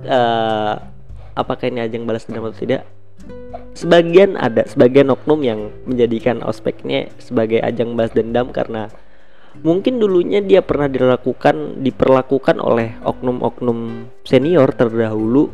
apakah ini ajang balas dendam atau tidak? Sebagian oknum yang menjadikan ospeknya sebagai ajang balas dendam karena mungkin dulunya dia pernah diperlakukan oleh oknum-oknum senior terdahulu.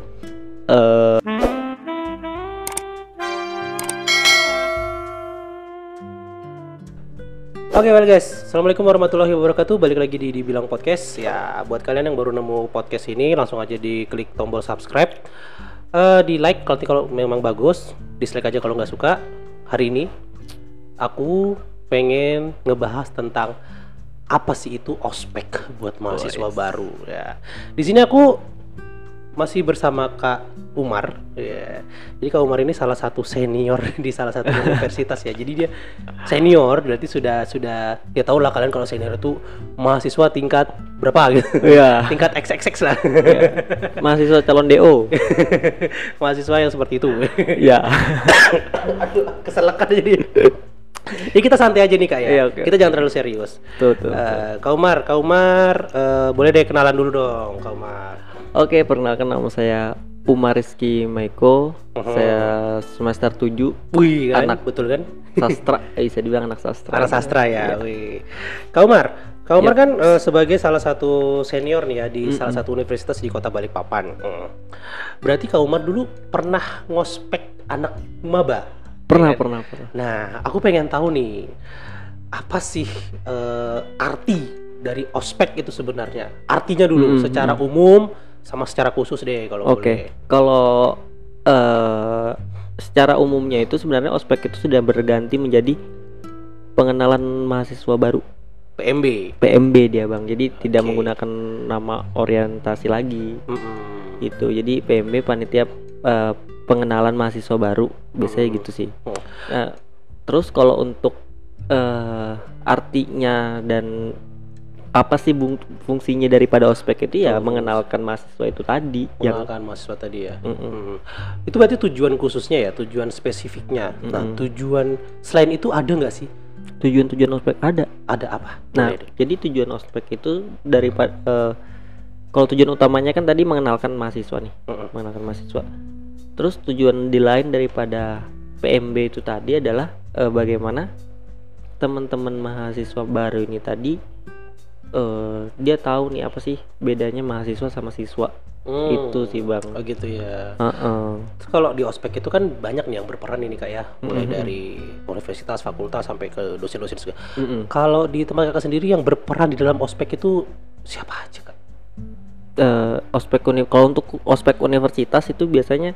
Oke, well guys, assalamualaikum warahmatullahi wabarakatuh. Balik lagi di Dibilang Podcast. Ya, buat kalian yang baru nemu podcast ini, langsung aja diklik tombol subscribe, di like kalau memang bagus, dislike aja kalau nggak suka. Hari ini aku pengen ngebahas tentang apa sih itu ospek buat mahasiswa baru. Ya, di sini aku masih bersama Kak Umar. Ya. Jadi Kak Umar ini salah satu senior di salah satu universitas ya. Jadi dia senior, berarti sudah ya tahu lah kalian kalau senior itu mahasiswa tingkat berapa gitu. Iya. Tingkat XXX lah. Ya, mahasiswa calon DO. Mahasiswa yang seperti itu. Ya. Aduh, keselekan jadi. Jadi kita santai aja nih Kak ya. Iya, okay. Kita jangan terlalu serius. Tuh. Kak Umar, boleh deh kenalan dulu dong, Kak Umar. Oke, perkenalkan nama saya Umar Rizky Maiko. Saya semester 7. Wih, kan? Anak Betul kan? sastra. Bisa dibilang anak sastra. Anak sastra ya. Iya. Wih. Kak Umar kan sebagai salah satu senior nih ya di salah satu universitas di Kota Balikpapan. Berarti Kak Umar dulu pernah ngospek anak maba? Pernah. Nah, aku pengen tahu nih, apa sih arti dari ospek itu sebenarnya? Artinya dulu secara umum sama secara khusus deh kalau boleh. Oke. Kalau secara umumnya itu sebenarnya ospek itu sudah berganti menjadi pengenalan mahasiswa baru. PMB dia Bang. Jadi tidak menggunakan nama orientasi lagi. Itu. Jadi PMB panitia pengenalan mahasiswa baru biasanya gitu sih. Nah, terus kalau untuk artinya dan apa sih fungsinya daripada ospek itu ya mengenalkan mahasiswa itu tadi. Mengenalkan mahasiswa tadi ya. Itu berarti tujuan khususnya ya, tujuan spesifiknya. Nah, tujuan selain itu ada nggak sih? Tujuan ospek ada. Ada apa? Nah, jadi tujuan ospek itu daripada kalau tujuan utamanya kan tadi mengenalkan mahasiswa nih, mengenalkan mahasiswa. Terus tujuan di lain daripada PMB itu tadi adalah bagaimana teman-teman mahasiswa baru ini tadi dia tahu nih apa sih bedanya mahasiswa sama siswa. Itu sih Bang. Oh gitu ya. Terus kalau di ospek itu kan banyak nih yang berperan ini Kak ya, mulai dari universitas, fakultas sampai ke dosen-dosen juga. Kalau di tempat Kakak sendiri yang berperan di dalam ospek itu siapa aja Kak? Kalau untuk ospek universitas itu biasanya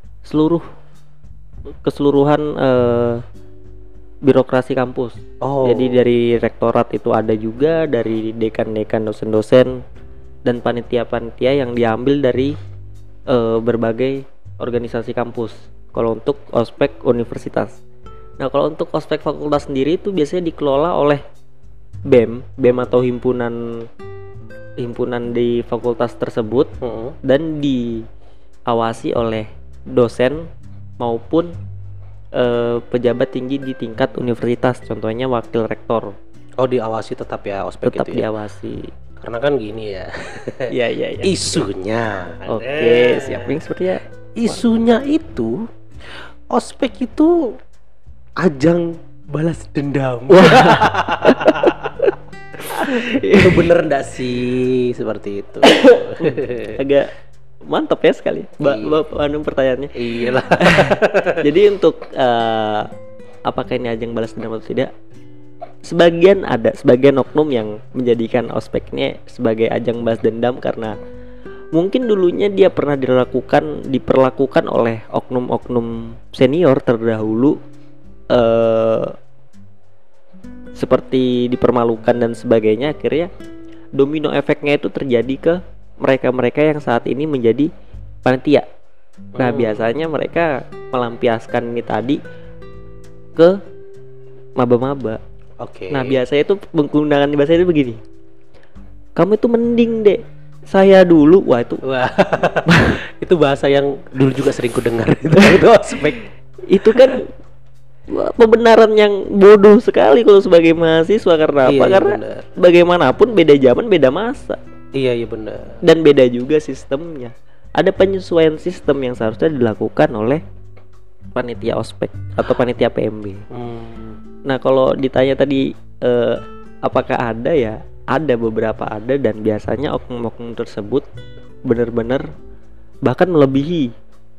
keseluruhan birokrasi kampus. Jadi dari rektorat itu ada juga, dari dekan-dekan, dosen-dosen, dan panitia-panitia yang diambil dari berbagai organisasi kampus. Kalau untuk ospek universitas. Nah, kalau untuk ospek fakultas sendiri itu biasanya dikelola oleh BEM atau himpunan di fakultas tersebut, dan diawasi oleh dosen maupun pejabat tinggi di tingkat universitas, contohnya wakil rektor. Diawasi tetap ya ospek tetap itu ya? Diawasi. Karena kan gini ya. Iya. Isunya. Oke, siap yang seperti ya. Isunya itu ospek itu ajang balas dendam. Itu bener nggak sih seperti itu? Agak mantap ya sekali pertanyaannya. Iyalah. Jadi untuk apakah ini ajang balas dendam atau tidak, sebagian oknum yang menjadikan ospeknya sebagai ajang balas dendam karena mungkin dulunya dia pernah diperlakukan oleh oknum-oknum senior terdahulu, seperti dipermalukan dan sebagainya. Akhirnya domino efeknya itu terjadi ke mereka yang saat ini menjadi panitia. Nah, biasanya mereka melampiaskan ini tadi ke maba-maba. Nah, biasanya itu menggunakan bahasa itu begini. Kamu itu mending deh saya dulu. Itu bahasa yang dulu juga sering ku dengar itu ospek. Itu kan pembenaran yang bodoh sekali kalau sebagai mahasiswa. Karena apa? Karena bagaimanapun beda zaman, beda masa. Iya benar. Dan beda juga sistemnya. ada penyesuaian sistem yang seharusnya dilakukan oleh panitia ospek atau panitia PMB. Nah kalau ditanya tadi apakah ada, ya ada, beberapa ada, dan biasanya oknum-oknum tersebut benar-benar bahkan melebihi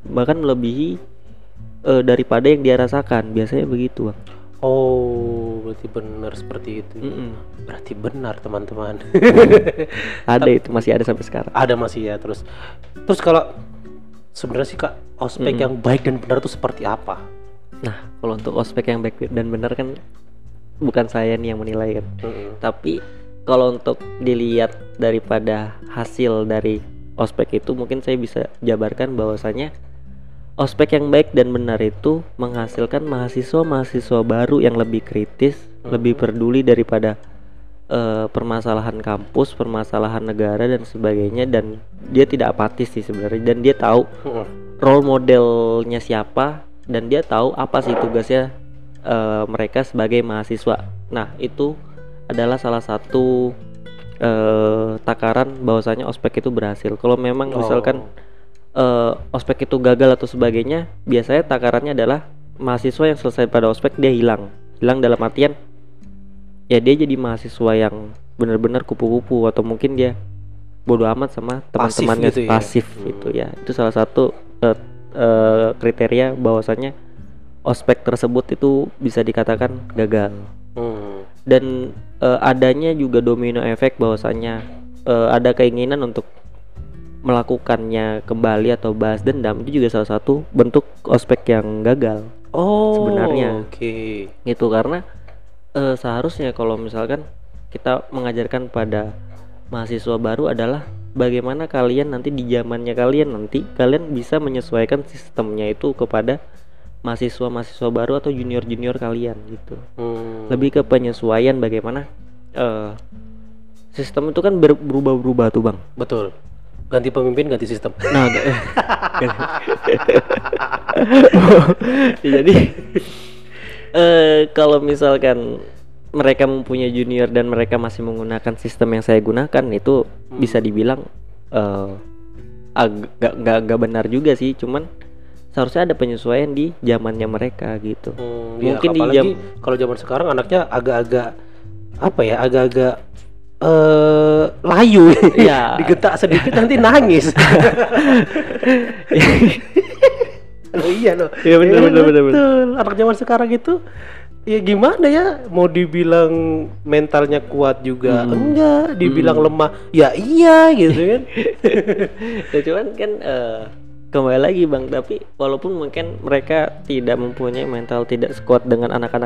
daripada yang dia rasakan, biasanya begitu, Bang. Oh, berarti benar seperti itu. Berarti benar, teman-teman. Ada itu, masih ada sampai sekarang. Ada masih ya. Terus kalau sebenarnya sih Kak, ospek yang baik dan benar itu seperti apa? Nah, kalau untuk ospek yang baik dan benar kan bukan saya nih yang menilai kan. Tapi kalau untuk dilihat daripada hasil dari ospek itu, mungkin saya bisa jabarkan bahwasanya ospek yang baik dan benar itu menghasilkan mahasiswa baru yang lebih kritis, lebih peduli daripada permasalahan kampus, permasalahan negara dan sebagainya, dan dia tidak apatis sih sebenarnya, dan dia tahu role modelnya siapa, dan dia tahu apa sih tugasnya mereka sebagai mahasiswa. Nah, itu adalah salah satu takaran bahwasanya ospek itu berhasil. Kalau memang misalkan ospek itu gagal atau sebagainya, biasanya takarannya adalah mahasiswa yang selesai pada ospek dia hilang dalam artian ya dia jadi mahasiswa yang benar-benar kupu-kupu, atau mungkin dia bodoh amat sama teman-temannya, pasif gitu ya. Itu salah satu kriteria bahwasanya ospek tersebut itu bisa dikatakan gagal. Dan adanya juga domino efek bahwasanya ada keinginan untuk melakukannya kembali atau balas dendam, itu juga salah satu bentuk ospek yang gagal. Sebenarnya gitu, karena seharusnya kalau misalkan kita mengajarkan pada mahasiswa baru adalah bagaimana kalian nanti di zamannya kalian bisa menyesuaikan sistemnya itu kepada mahasiswa baru atau junior kalian gitu. Lebih ke penyesuaian bagaimana sistem itu kan berubah tuh, Bang. Betul. Ganti pemimpin, ganti sistem. Nah, jadi kalau misalkan mereka mempunyai junior dan mereka masih menggunakan sistem yang saya gunakan, itu bisa dibilang agak benar juga sih. Cuman seharusnya ada penyesuaian di zamannya mereka gitu. Mungkin ya, kalau zaman sekarang anaknya agak-agak apa ya, agak-agak layu ya. Digetak sedikit nanti nangis. Iya loh. Iya benar. Anak zaman sekarang itu ya gimana ya, mau dibilang mentalnya kuat juga enggak, dibilang lemah ya iya gitu kan. Ya, cuman kan kembali lagi, Bang, tapi walaupun mungkin mereka tidak mempunyai mental tidak sekuat dengan anak-anak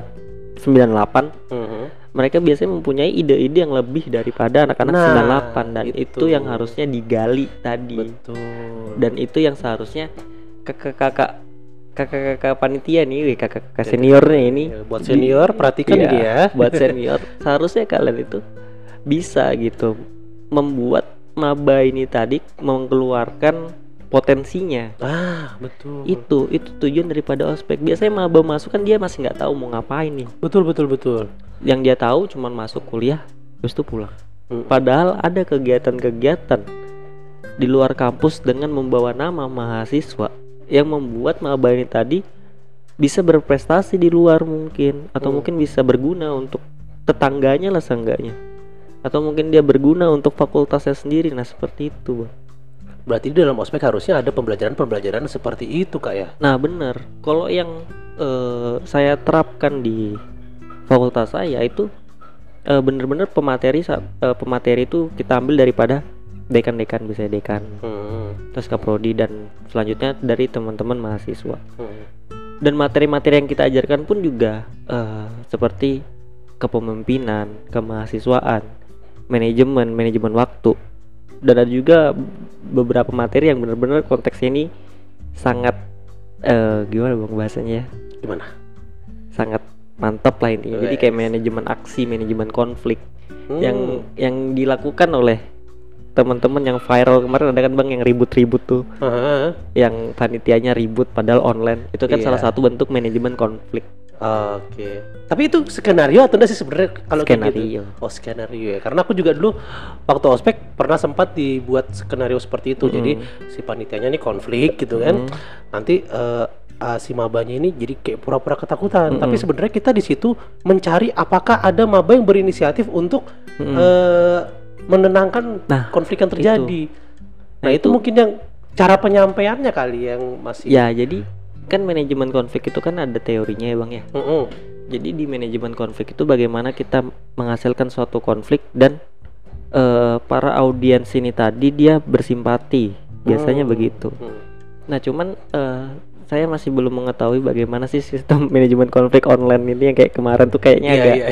98, mereka biasanya mempunyai ide-ide yang lebih daripada anak-anak 98, dan itu yang harusnya digali tadi. Betul. Dan itu yang seharusnya kakak panitia nih, kakak seniornya ini. Buat senior perhatikan ini ya. Buat senior seharusnya kalian itu bisa gitu membuat maba ini tadi mengeluarkan potensinya. Betul. Itu tujuan daripada ospek. Biasanya maba masuk kan dia masih nggak tahu mau ngapain nih. Betul. Yang dia tahu cuma masuk kuliah terus itu pulang. Padahal ada kegiatan-kegiatan di luar kampus dengan membawa nama mahasiswa yang membuat maba ini tadi bisa berprestasi di luar mungkin, atau mungkin bisa berguna untuk tetangganya lah seenggaknya, atau mungkin dia berguna untuk fakultasnya sendiri. Nah seperti itu, Bang. Berarti di dalam ospek harusnya ada pembelajaran seperti itu, Kak ya? Nah benar. Kalau yang saya terapkan di fakultas saya itu benar-benar pemateri itu kita ambil daripada dekan-dekan, bisa dekan, terus kaprodi, dan selanjutnya dari teman-teman mahasiswa. Dan materi-materi yang kita ajarkan pun juga seperti kepemimpinan, kemahasiswaan, manajemen waktu. Dan ada juga beberapa materi yang benar-benar konteksnya ini sangat gimana, Bang, bahasanya ya? Gimana? Sangat mantap lah intinya. Jadi kayak manajemen aksi, manajemen konflik yang dilakukan oleh teman-teman yang viral kemarin. Ada kan, Bang, yang ribut-ribut tuh, yang panitianya ribut padahal online. Itu kan salah satu bentuk manajemen konflik. Oke. Tapi itu skenario atau enggak sih sebenarnya kalau kayak Skenario. gitu? Oh, skenario ya. Karena aku juga dulu waktu ospek pernah sempat dibuat skenario seperti itu. Jadi si panitianya ini konflik gitu kan. Nanti si mabanya ini jadi kayak pura-pura ketakutan. Tapi sebenarnya kita di situ mencari apakah ada maba yang berinisiatif untuk menenangkan konflik yang terjadi. Nah, itu mungkin yang cara penyampaiannya kali yang masih. Ya, jadi kan manajemen konflik itu kan ada teorinya ya Bang ya. Jadi di manajemen konflik itu bagaimana kita menghasilkan suatu konflik dan para audiens ini tadi dia bersimpati, biasanya begitu. Nah cuman saya masih belum mengetahui bagaimana sih sistem manajemen konflik online ini yang kayak kemarin tuh kayaknya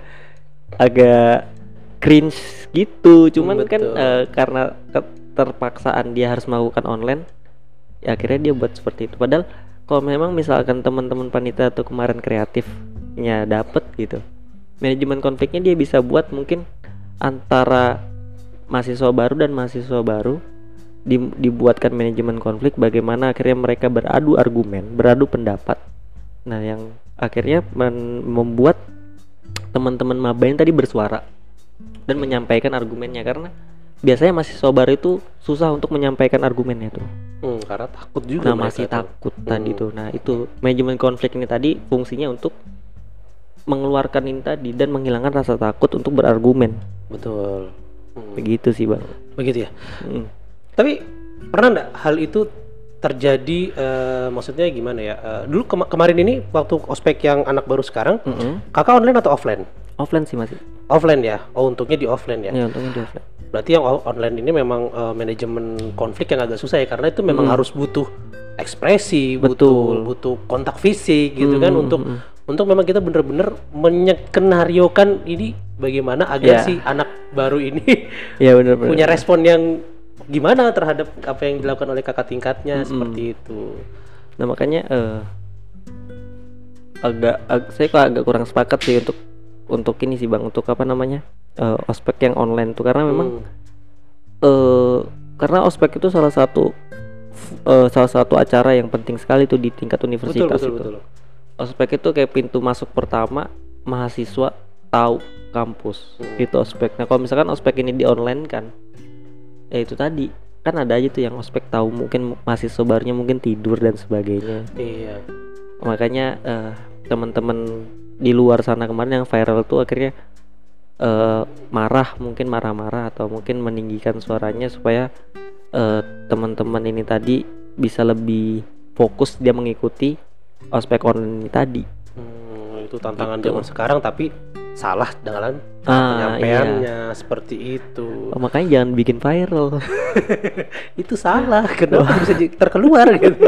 agak cringe gitu. Cuman kan karena terpaksaan dia harus melakukan online, ya akhirnya dia buat seperti itu. Padahal kalau memang misalkan teman-teman panitia atau kemarin kreatifnya dapet gitu, manajemen konfliknya dia bisa buat mungkin antara mahasiswa baru dan mahasiswa baru dibuatkan manajemen konflik, bagaimana akhirnya mereka beradu argumen, beradu pendapat. Nah yang akhirnya membuat teman-teman maba yang tadi bersuara dan menyampaikan argumennya, karena biasanya mahasiswa baru itu susah untuk menyampaikan argumennya tuh. Karena takut juga. Nah masih takut tadi tuh. Nah itu manajemen konflik ini tadi fungsinya untuk mengeluarkan ini tadi dan menghilangkan rasa takut untuk berargumen. Betul. Begitu sih Bang. Begitu ya. Tapi pernah nggak hal itu terjadi? Maksudnya gimana ya? Dulu kemarin ini waktu ospek yang anak baru sekarang, kakak online atau offline? Offline sih masih. Offline ya. Oh untungnya di offline ya. Ya untungnya di offline. Berarti yang online ini memang manajemen konflik yang agak susah ya, karena itu memang harus butuh ekspresi, butuh kontak fisik gitu kan, untuk memang kita bener-bener menyekenariokan ini bagaimana agar si anak baru ini punya respon yang gimana terhadap apa yang dilakukan oleh kakak tingkatnya, seperti itu. Nah makanya saya kok agak kurang sepakat sih untuk ini sih Bang, untuk apa namanya ospek yang online tuh, karena memang karena ospek itu salah satu acara yang penting sekali tuh di tingkat universitas. Betul. Ospek itu kayak pintu masuk pertama mahasiswa tahu kampus. Itu ospek. Nah kalau misalkan ospek ini di online kan, ya itu tadi kan ada aja tuh yang ospek tahu mungkin mahasiswa barunya mungkin tidur dan sebagainya. Iya. Makanya teman-teman di luar sana kemarin yang viral tuh akhirnya mungkin marah-marah atau mungkin meninggikan suaranya supaya teman-teman ini tadi bisa lebih fokus dia mengikuti ospek online ini tadi. Itu tantangan zaman sekarang, tapi salah dalam penyampaiannya seperti itu. Makanya jangan bikin viral. Itu salah, kenapa bisa terkeluar gitu.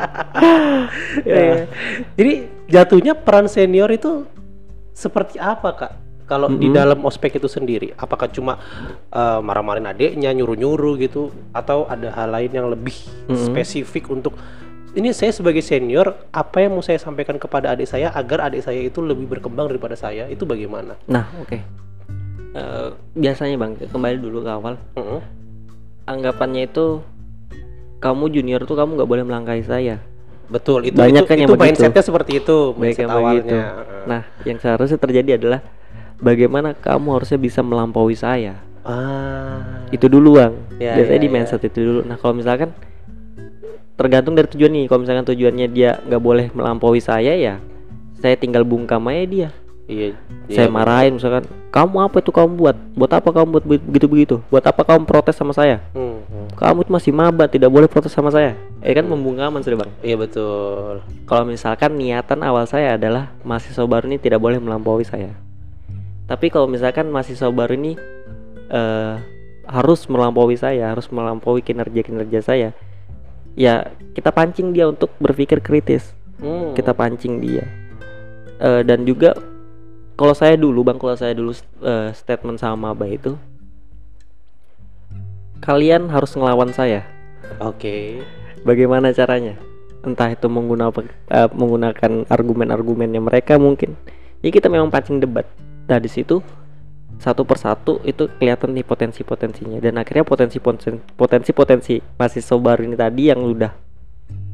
Jadi jatuhnya peran senior itu seperti apa Kak? Kalau di dalam ospek itu sendiri, apakah cuma marah-marahin adiknya, nyuruh-nyuruh gitu, atau ada hal lain yang lebih spesifik untuk ini saya sebagai senior, apa yang mau saya sampaikan kepada adik saya agar adik saya itu lebih berkembang daripada saya, itu bagaimana? Nah, oke. Biasanya Bang, kembali dulu ke awal. Anggapannya itu kamu junior tuh kamu nggak boleh melangkahi saya. Betul, itu banyak kan itu mindsetnya seperti itu, mindset awalnya. Nah, yang seharusnya terjadi adalah bagaimana kamu harusnya bisa melampaui saya. Itu dulu Bang. Biasanya di mindset itu dulu. Nah kalau misalkan tergantung dari tujuan nih. Kalau misalkan tujuannya dia nggak boleh melampaui saya, ya saya tinggal bungkam aja dia. Saya marahin misalkan, kamu apa itu kamu buat apa kamu buat begitu-begitu, buat apa kamu protes sama saya, kamu itu masih maba tidak boleh protes sama saya. Kan pembungkaman sudah Bang. Iya betul. Kalau misalkan niatan awal saya adalah mahasiswa baru ini tidak boleh melampaui saya, tapi kalau misalkan mahasiswa baru ini harus melampaui saya, harus melampaui kinerja saya, ya kita pancing dia untuk berpikir kritis. Kita pancing dia. Dan juga kalau saya dulu statement sama maba itu, kalian harus ngelawan saya. Bagaimana caranya? Entah itu menggunakan argumen-argumennya mereka mungkin. Jadi kita memang pancing debat. Nah di situ satu persatu itu kelihatan nih potensi-potensinya, dan akhirnya potensi mahasiswa baru ini tadi yang udah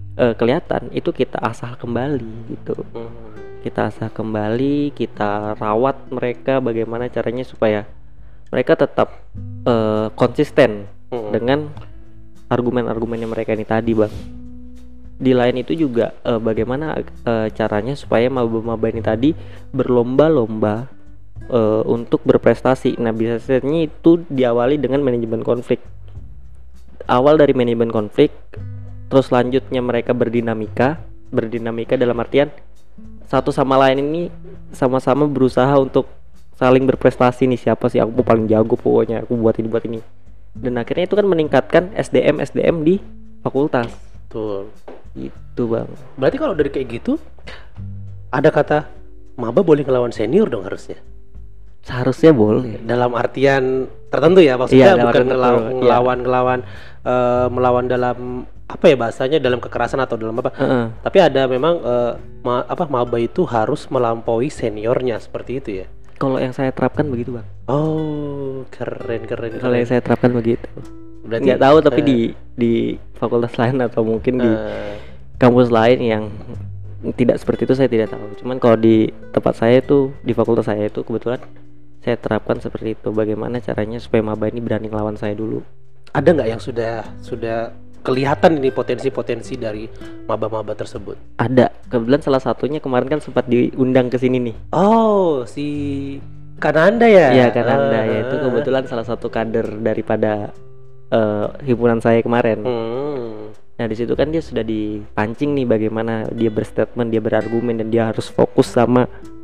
kelihatan, itu kita asah kembali gitu. Kita asah kembali, kita rawat mereka bagaimana caranya supaya mereka tetap konsisten dengan argumen-argumennya mereka ini tadi, Bang. Di lain itu juga bagaimana caranya supaya maba-maba ini tadi berlomba-lomba untuk berprestasi. Nah, biasanya itu diawali dengan manajemen konflik. Awal dari manajemen konflik, terus selanjutnya mereka berdinamika dalam artian satu sama lain ini sama-sama berusaha untuk saling berprestasi nih, siapa sih aku paling jago pokoknya, aku buat ini. Dan akhirnya itu kan meningkatkan SDM di fakultas. Betul. Gitu, Bang. Berarti kalau dari kayak gitu ada kata maba boleh ngelawan senior dong harusnya. Seharusnya boleh. Dalam artian tertentu ya, maksudnya Iya, bukan ngelawan, melawan dalam apa ya bahasanya, dalam kekerasan atau dalam apa. Tapi ada memang maba itu harus melampaui seniornya seperti itu ya. Kalau yang saya terapkan begitu, Bang. Oh, keren. Kalau yang saya terapkan begitu. Berarti nggak tahu tapi di fakultas lain atau mungkin di kampus lain yang tidak seperti itu saya tidak tahu. Cuman kalau di tempat saya itu, di fakultas saya itu kebetulan saya terapkan seperti itu. Bagaimana caranya supaya maba ini berani ngelawan saya dulu. Ada nggak yang sudah kelihatan ini potensi dari maba-maba tersebut? Ada. Kebetulan salah satunya kemarin kan sempat diundang ke sini nih. Oh, si Kananda ya? Iya, Kananda ya, itu kebetulan salah satu kader daripada himpunan saya kemarin. Nah, di situ kan dia sudah dipancing nih bagaimana dia berstatement, dia berargumen, dan dia harus fokus sama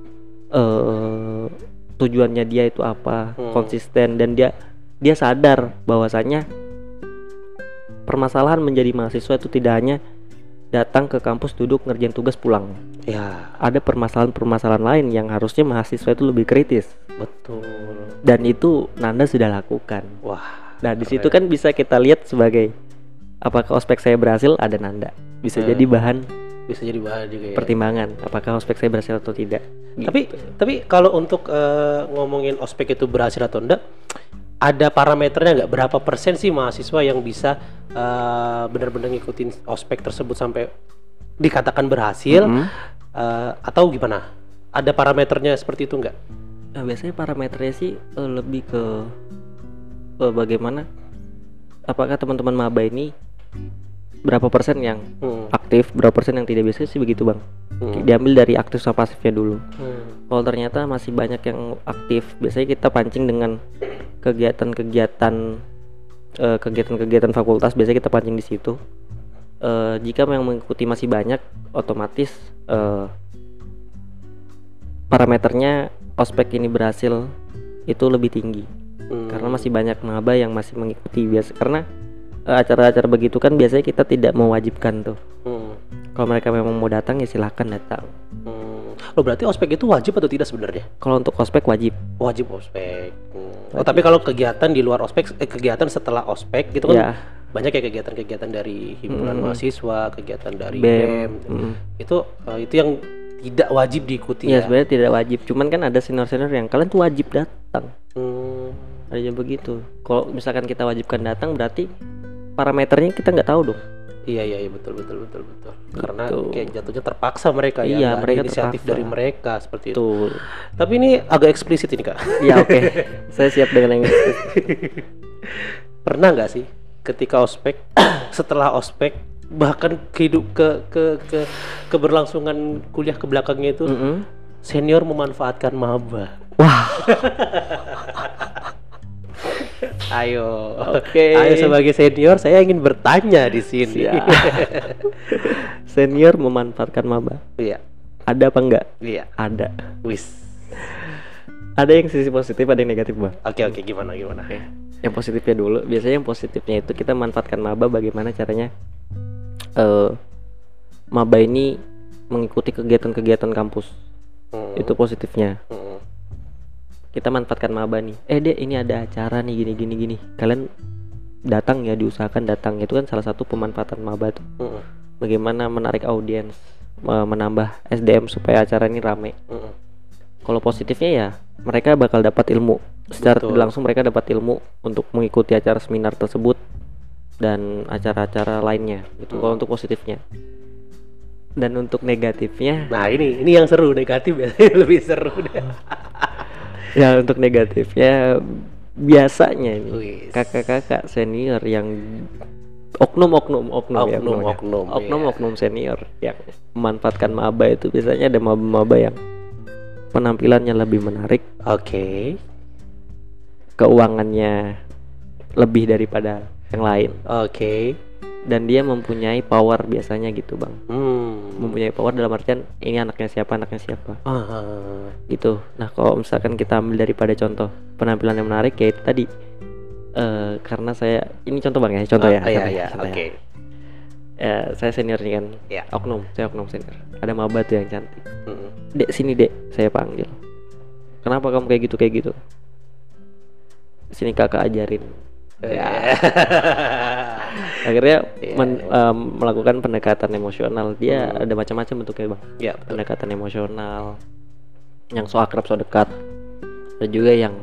tujuannya dia itu apa, konsisten, dan dia sadar bahwasanya permasalahan menjadi mahasiswa itu tidak hanya datang ke kampus, duduk, ngerjain tugas, pulang. Ya. Ada permasalahan-permasalahan lain yang harusnya mahasiswa itu lebih kritis. Betul. Dan itu Nanda sudah lakukan. Wah. Nah, di situ kan bisa kita lihat sebagai apakah ospek saya berhasil, ada Nanda. Bisa jadi bahan juga ya. Pertimbangan apakah ospek saya berhasil atau tidak. Tapi kalau untuk ngomongin ospek itu berhasil atau enggak, ada parameternya nggak? Berapa persen sih mahasiswa yang bisa benar-benar ngikutin ospek tersebut sampai dikatakan berhasil, atau gimana? Ada parameternya seperti itu nggak? Nah, biasanya parameternya sih lebih ke bagaimana apakah teman-teman maba ini berapa persen yang aktif, berapa persen yang tidak. Biasanya sih begitu, Bang. Diambil dari aktif sama pasifnya dulu. Kalau ternyata masih banyak yang aktif, biasanya kita pancing dengan kegiatan-kegiatan fakultas. Biasanya kita pancing di situ. Jika yang mengikuti masih banyak, otomatis parameternya ospek ini berhasil itu lebih tinggi. Karena masih banyak maba yang masih mengikuti. Karena acara-acara begitu kan biasanya kita tidak mewajibkan tuh. Kalau mereka memang mau datang ya silahkan datang. Oh, berarti ospek itu wajib atau tidak sebenarnya? Kalau untuk ospek wajib. Wajib ospek. Oh, tapi kalau kegiatan di luar ospek, kegiatan setelah ospek gitu kan, banyak ya kegiatan-kegiatan dari himpunan mahasiswa, kegiatan dari BEM. Itu yang tidak wajib diikuti ya? Sebenarnya tidak wajib. Cuman kan ada senior-senior yang kalian tuh wajib datang. Ada yang begitu. Kalau misalkan kita wajibkan datang, berarti parameternya kita nggak tahu dong. Iya betul. Karena kayak jatuhnya terpaksa mereka ya. Iya, mereka inisiatif terpaksa dari mereka seperti itu. Tapi ini agak eksplisit ini, Kak. Iya, oke. Saya siap dengan yang eksplisit. Pernah nggak sih ketika ospek, setelah ospek, bahkan keberlangsungan kuliah ke belakangnya itu, senior memanfaatkan maba? Wah. Ayo, Ayo sebagai senior saya ingin bertanya di sini. Senior memanfaatkan maba. Iya. Ada apa enggak? Iya. Ada. Wis. Ada yang sisi positif, ada yang negatif, Bang. Oke, gimana? Yang positifnya dulu. Biasanya yang positifnya itu kita manfaatkan maba, bagaimana caranya maba ini mengikuti kegiatan-kegiatan kampus. Itu positifnya. Kita manfaatkan maba nih. Dek, ini ada acara nih gini. Kalian datang ya, diusahakan datang. Itu kan salah satu pemanfaatan maba tuh. Bagaimana menarik audiens, menambah SDM supaya acara ini rame. Kalau positifnya ya mereka bakal dapat ilmu. Secara langsung mereka dapat ilmu untuk mengikuti acara seminar tersebut dan acara-acara lainnya. Itu kalau untuk positifnya. Dan untuk negatifnya, Nah ini yang seru, negatif biasanya lebih seru deh. ya untuk negatifnya biasanya ini Wis. kakak-kakak senior yang oknum ya, oknum senior yang memanfaatkan maba itu biasanya ada maba-maba yang penampilannya lebih menarik, Oke. keuangannya lebih daripada yang lain, Oke. dan dia mempunyai power biasanya gitu bang. Hmm. Mempunyai power dalam artian ini anaknya siapa Ah. gitu. Nah kalau misalkan kita ambil daripada contoh penampilan yang menarik ya itu tadi, karena saya ini contoh bang ya, contoh ya. Iya. Contoh ya. Oke. Saya senior nih kan, Ya. saya oknum senior. Ada maba tuh yang cantik. Mm. Dek sini dek, saya panggil. Kenapa kamu kayak gitu? Sini kakak ajarin. Ya. Akhirnya melakukan pendekatan emosional. Dia ada macam-macam bentuknya bang. Ya, betul. Pendekatan emosional, yang so akrab so dekat. Ada juga yang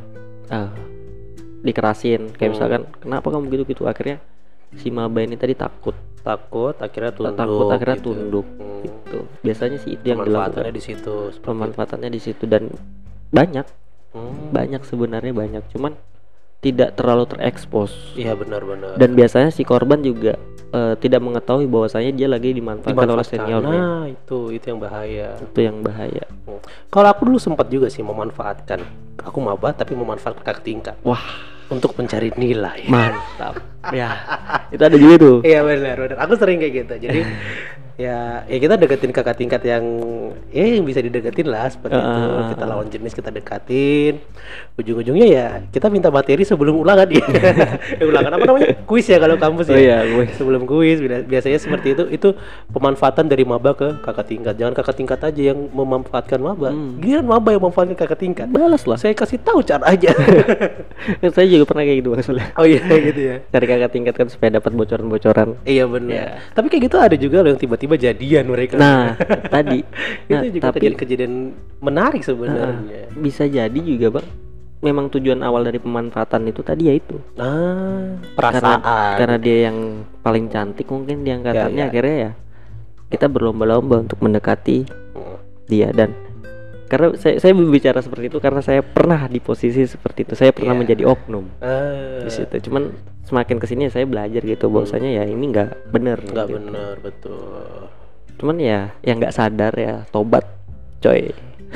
dikerasin. Kayak misalkan kenapa kamu gitu? Akhirnya si maba ini tadi takut akhirnya gitu. Tunduk gitu. Biasanya sih itu yang dilakukan. Pemanfaatannya di situ dan banyak sebenarnya banyak, cuman tidak terlalu terekspos. Iya benar. Dan biasanya si korban juga tidak mengetahui bahwasanya dia lagi dimanfaatkan oleh seniornya. Nah itu yang bahaya. Itu yang bahaya. Kalau aku dulu sempat juga sih memanfaatkan. Aku maba tapi memanfaatkan kakak tingkat. Wah, untuk mencari nilai. Mantap. Ya, itu ada juga tuh. Iya benar. Aku sering kayak gitu. Jadi ya kita deketin kakak tingkat yang yang bisa dideketin lah seperti itu. Kita lawan jenis, kita dekatin. Ujung-ujungnya ya kita minta materi sebelum ulangan ya. Ulangan apa namanya? Kuis ya kalau kampus ya. Oh iya, kuis. Sebelum kuis biasanya seperti itu. Itu pemanfaatan dari maba ke kakak tingkat. Jangan kakak tingkat aja yang memanfaatkan maba. Giliran maba yang memanfaatkan kakak tingkat. Balas lah. Saya kasih tahu cara aja. Saya juga pernah kayak gitu maksudnya. Oh iya gitu ya. Cari kakak tingkat kan supaya dapat bocoran-bocoran. Iya benar. Ya. Tapi kayak gitu ada juga loh yang tiba-tiba jadian mereka. Nah, tadi. Itu juga tapi kejadian menarik sebenarnya. Bisa jadi juga bang. Memang tujuan awal dari pemanfaatan itu tadi ya itu. Perasaan. Karena dia yang paling cantik mungkin di angkatannya, Ya. akhirnya ya kita berlomba-lomba untuk mendekati dia. Dan karena saya berbicara seperti itu karena saya pernah di posisi seperti itu. Saya pernah menjadi oknum di situ. Cuman semakin kesini saya belajar gitu bahwasanya ya ini nggak benar. Nggak gitu. benar, betul. Cuman ya yang nggak sadar ya tobat, coy.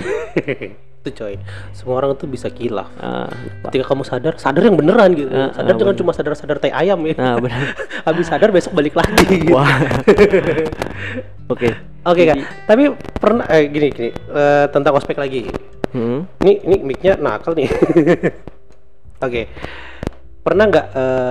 Itu coy, semua orang tuh bisa kilaf. Lupa. Ketika kamu sadar yang beneran gitu. Sadar jangan bener. cuma sadar tai ayam ya. Benar. Habis sadar besok balik lagi gitu. Wah. Oke, Kak. Tapi pernah gini tentang ospek lagi. Ini mic-nya nakal nih. Oke. Pernah nggak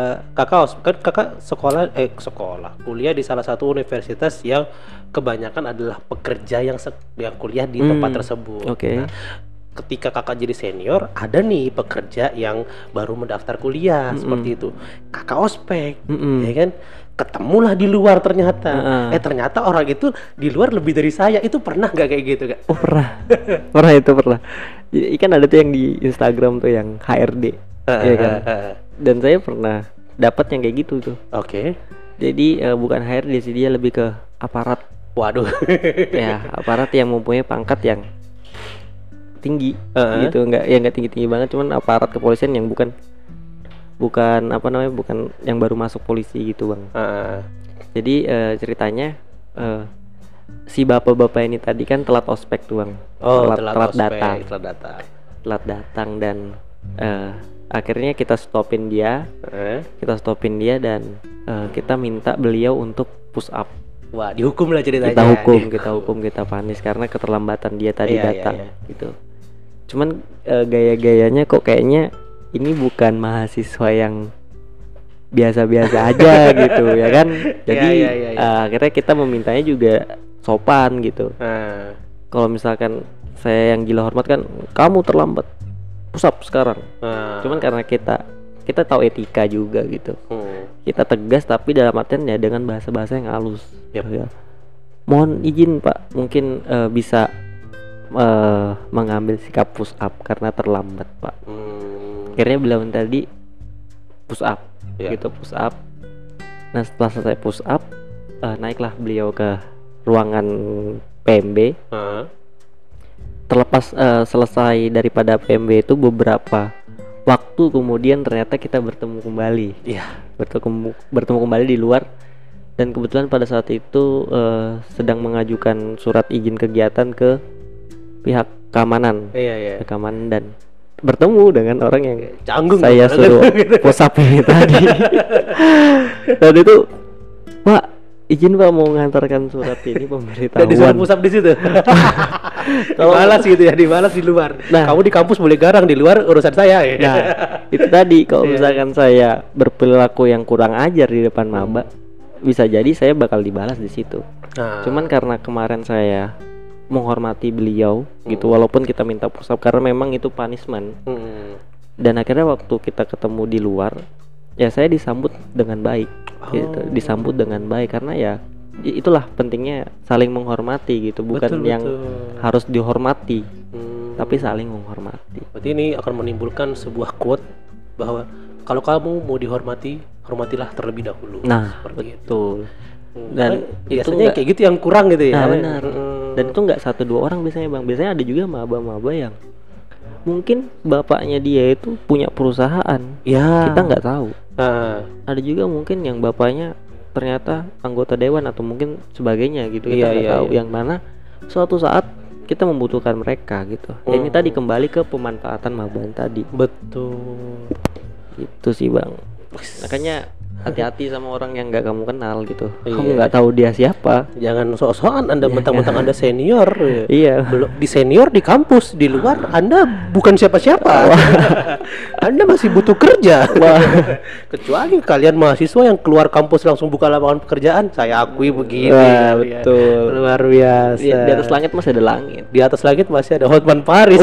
kakak sekolah kuliah di salah satu universitas yang kebanyakan adalah pekerja yang kuliah di tempat tersebut. Oke. Nah, ketika kakak jadi senior, ada nih pekerja yang baru mendaftar kuliah seperti itu. Kakak ospek, ya kan? Ketemulah di luar ternyata. Ternyata orang itu di luar lebih dari saya. Itu pernah nggak kayak gitu, Kak? Oh pernah. Pernah. Jadi kan ada tuh yang di Instagram tuh yang HRD, ya kan? Dan saya pernah dapat yang kayak gitu tuh. Oke. Jadi bukan HRD sih, dia lebih ke aparat. Waduh. Ya, aparat yang mempunyai pangkat yang tinggi gitu, nggak tinggi banget, cuman aparat kepolisian yang bukan yang baru masuk polisi gitu bang. Jadi ceritanya si bapak-bapak ini tadi kan telat ospek tuh bang. Telat datang dan akhirnya kita stopin dia dan kita minta beliau untuk push up. Wah, dihukum lah ceritanya. Kita hukum, kita panis karena keterlambatan dia tadi datang gitu. Cuman gaya-gayanya kok kayaknya ini bukan mahasiswa yang biasa-biasa aja gitu ya kan. Jadi akhirnya kita memintanya juga sopan gitu. Kalau misalkan saya yang gila hormat kan, kamu terlambat, push up sekarang. Cuman karena kita tahu etika juga gitu. Kita tegas tapi dalam artian ya dengan bahasa-bahasa yang halus. Ya. Mohon izin Pak, mungkin bisa mengambil sikap push up karena terlambat Pak. Akhirnya beliau tadi push up, gitu push up. Nah setelah selesai push up, naiklah beliau ke ruangan PMB. Terlepas selesai daripada PMB itu beberapa waktu kemudian ternyata kita bertemu kembali. Iya. Bertemu kembali di luar, dan kebetulan pada saat itu sedang mengajukan surat izin kegiatan ke pihak keamanan. Iya. Keamanan, dan bertemu dengan orang yang canggung saya suruh pusap ini tadi. Dan itu, Pak, izin Pak mau mengantarkan surat ini pemberitahuan. Dan disuruh pusap di situ. Dibalas gitu ya, dibalas di luar. Nah, kamu di kampus boleh garang, di luar urusan saya. Nah, itu tadi kalau misalkan saya berperilaku yang kurang ajar di depan maba, bisa jadi saya bakal dibalas di situ. Cuman karena kemarin saya menghormati beliau gitu, walaupun kita minta pusap karena memang itu punishment. Dan akhirnya waktu kita ketemu di luar, ya saya disambut dengan baik gitu. Disambut dengan baik karena ya itulah pentingnya saling menghormati gitu, bukan betul. Yang harus dihormati, tapi saling menghormati. Berarti ini akan menimbulkan sebuah quote bahwa kalau kamu mau dihormati, hormatilah terlebih dahulu. Nah, betul. Dan biasanya kayak gitu yang kurang gitu ya. Nah, benar. Dan itu nggak 1-2 orang biasanya Bang. Biasanya ada juga maba-maba yang mungkin bapaknya dia itu punya perusahaan. Ya. Kita nggak tahu. Ada juga mungkin yang bapaknya ternyata anggota dewan atau mungkin sebagainya gitu. Kita nggak tahu. Yang mana suatu saat kita membutuhkan mereka gitu. Ya, ini tadi kembali ke pemanfaatan maba tadi. Betul. Itu sih Bang. Makanya hati-hati sama orang yang nggak kamu kenal gitu. Kamu nggak tahu dia siapa. Jangan sok-sokan Anda mentang-mentang Anda senior. Iya. Belum di senior di kampus, di luar Anda bukan siapa-siapa. Anda masih butuh kerja. Kecuali kalian mahasiswa yang keluar kampus langsung buka lapangan pekerjaan, saya akui begini. Wah, betul. Luar biasa. Di atas langit masih ada langit. Di atas langit masih ada Hotman Paris.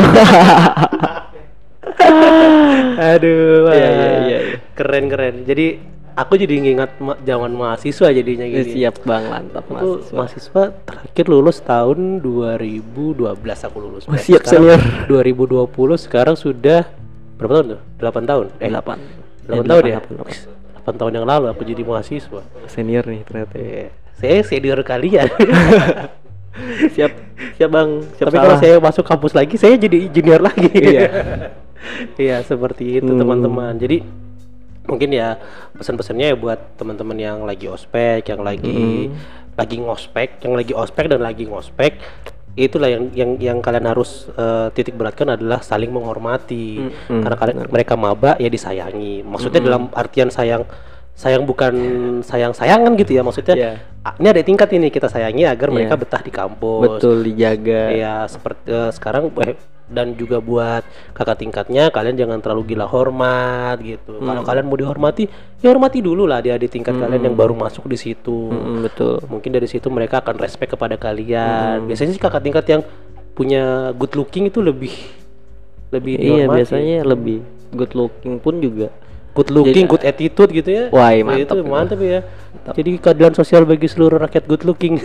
Aduh. Iya. Keren. Jadi aku jadi ngingat zaman mahasiswa jadinya gini. Siap Bang, mantap mahasiswa terakhir lulus tahun 2012 aku lulus. Siap senior. 2020 sekarang sudah berapa tahun tuh? 8 tahun. 8 tahun ya. 8 tahun yang lalu aku jadi mahasiswa. Senior nih ternyata. Saya senior kalian. Siap Bang. Tapi kalau saya masuk kampus lagi saya jadi junior lagi. Iya, seperti itu teman-teman. Jadi mungkin ya pesan-pesannya ya buat teman-teman yang lagi ospek, yang lagi ngospek, yang lagi ospek dan lagi ngospek, itulah yang kalian harus titik beratkan adalah saling menghormati. Karena mereka maba ya disayangi. Maksudnya dalam artian sayang bukan sayang-sayangan gitu ya, maksudnya ini ada tingkat ini kita sayangi agar mereka betah di kampus. Betul, dijaga. Ya seperti sekarang dan juga buat kakak tingkatnya, kalian jangan terlalu gila hormat gitu. Kalau kalian mau dihormati, ya hormati dulu lah dia di tingkat kalian yang baru masuk di situ. Betul. Mungkin dari situ mereka akan respect kepada kalian. Biasanya sih kakak tingkat yang punya good looking itu lebih dihormati. Iya, biasanya lebih good looking pun juga. Good looking, good attitude gitu ya. Wah, mantap. Itu mantap ya. Jadi keadilan sosial bagi seluruh rakyat good looking.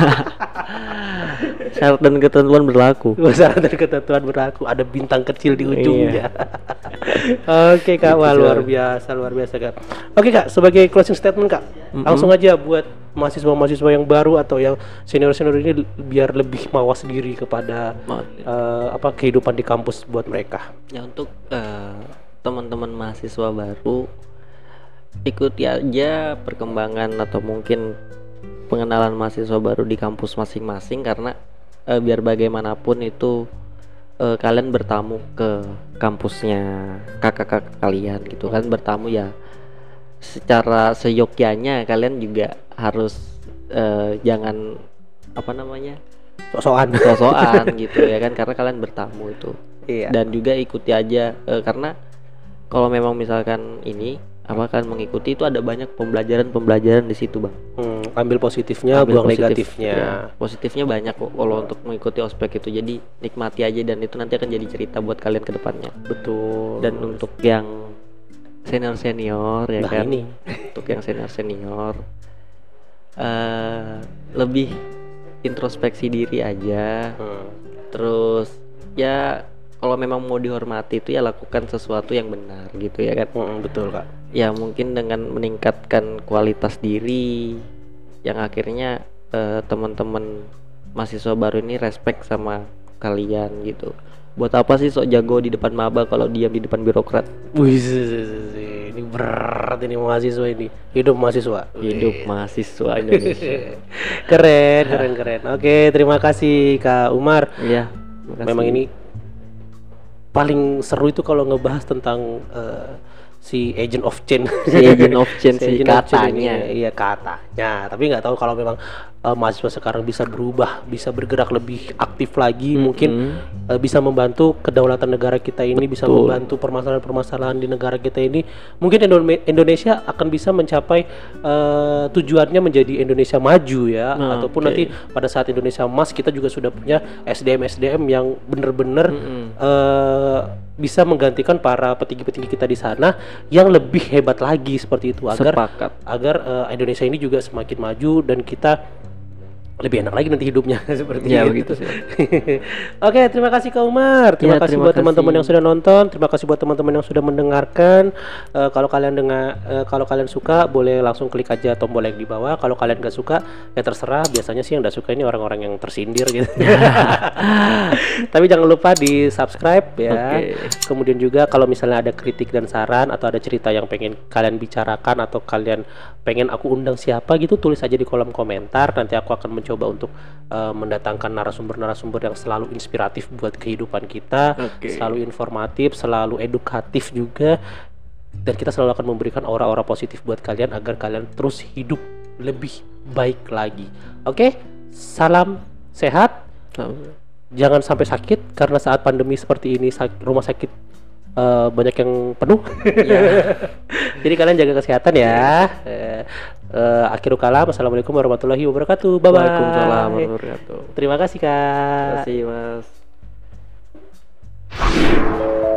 Syarat dan ketentuan berlaku. Syarat dan ketentuan berlaku. Ada bintang kecil di ujungnya. Oke Kak, wah luar biasa Kak. Oke Kak, sebagai closing statement Kak, langsung aja buat mahasiswa-mahasiswa yang baru atau yang senior-senior ini biar lebih mawas diri kepada kehidupan di kampus buat mereka. Ya untuk teman-teman mahasiswa baru, ikuti aja perkembangan atau mungkin pengenalan mahasiswa baru di kampus masing-masing, karena biar bagaimanapun itu kalian bertamu ke kampusnya kakak-kakak kalian gitu kan, bertamu ya secara seyogyanya. Kalian juga harus jangan sok-sokan gitu ya kan, karena kalian bertamu itu. Dan juga ikuti aja karena kalau memang misalkan ini kan mengikuti itu ada banyak pembelajaran di situ Bang. Ambil positifnya, buang negatifnya. Ya, positifnya banyak kok kalau untuk mengikuti ospek itu. Jadi nikmati aja, dan itu nanti akan jadi cerita buat kalian ke depannya. Betul. Dan untuk yang senior ya kan. Untuk yang senior lebih introspeksi diri aja. Terus ya kalau memang mau dihormati itu ya lakukan sesuatu yang benar gitu ya kan. Betul Kak. Ya mungkin dengan meningkatkan kualitas diri yang akhirnya teman-teman mahasiswa baru ini respect sama kalian gitu. Buat apa sih sok jago di depan maba kalau diam di depan birokrat? Wih, ini berat ini mahasiswa ini. Hidup mahasiswa. Hidup mahasiswa Indonesia. Keren. Oke, terima kasih Kak Umar. Iya, makasih. Memang ini paling seru itu kalau ngebahas tentang si agent of change. Si agent of change Si sih agent of change katanya. ini. Iya katanya. Tapi nggak tahu kalau memang mahasiswa sekarang bisa berubah, bisa bergerak lebih aktif lagi, mungkin bisa membantu kedaulatan negara kita ini, bisa membantu permasalahan-permasalahan di negara kita ini. Mungkin Indonesia akan bisa mencapai tujuannya menjadi Indonesia maju ya, ataupun nanti pada saat Indonesia emas kita juga sudah punya SDM yang benar-benar bisa menggantikan para petinggi-petinggi kita di sana yang lebih hebat lagi seperti itu agar Indonesia ini juga semakin maju dan kita lebih enak lagi nanti hidupnya seperti ya, itu. begitu sih. Oke, terima kasih Kak Umar. Terima kasih buat teman-teman yang sudah nonton. Terima kasih buat teman-teman yang sudah mendengarkan. Kalau kalian suka, boleh langsung klik aja tombol like di bawah. Kalau kalian gak suka, ya terserah. Biasanya sih yang gak suka ini orang-orang yang tersindir gitu. Tapi jangan lupa di subscribe ya. Kemudian juga kalau misalnya ada kritik dan saran atau ada cerita yang pengen kalian bicarakan atau kalian pengen aku undang siapa gitu, tulis aja di kolom komentar. Nanti aku akan mencoba untuk mendatangkan narasumber-narasumber yang selalu inspiratif buat kehidupan kita, selalu informatif, selalu edukatif juga, dan kita selalu akan memberikan aura-aura positif buat kalian agar kalian terus hidup lebih baik lagi. Oke, salam sehat, jangan sampai sakit karena saat pandemi seperti ini rumah sakit banyak yang penuh. Jadi kalian jaga kesehatan ya. Akhirul kalam, assalamualaikum warahmatullahi wabarakatuh. Bye bye. Waalaikumsalam warahmatullahi wabarakatuh. Terima kasih Kak. Terima kasih Mas.